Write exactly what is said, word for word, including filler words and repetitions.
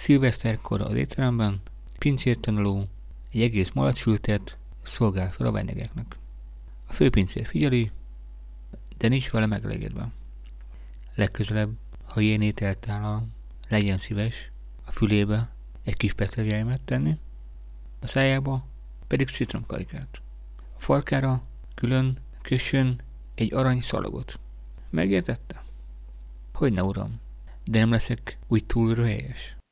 Szilveszterkor az étteremben pincértanuló egy egész malacsültet szolgál fel a vendégeknek. A főpincér figyeli, de nincs vele megelégedve. Legközelebb, ha ilyen ételt áll, legyen szíves a fülébe egy kis petrevjájmet tenni, a szájába pedig citromkarikát. A farkára külön kössön egy arany szalagot. Megértette? Hogyne, uram, de nem leszek úgy túl röhelyes.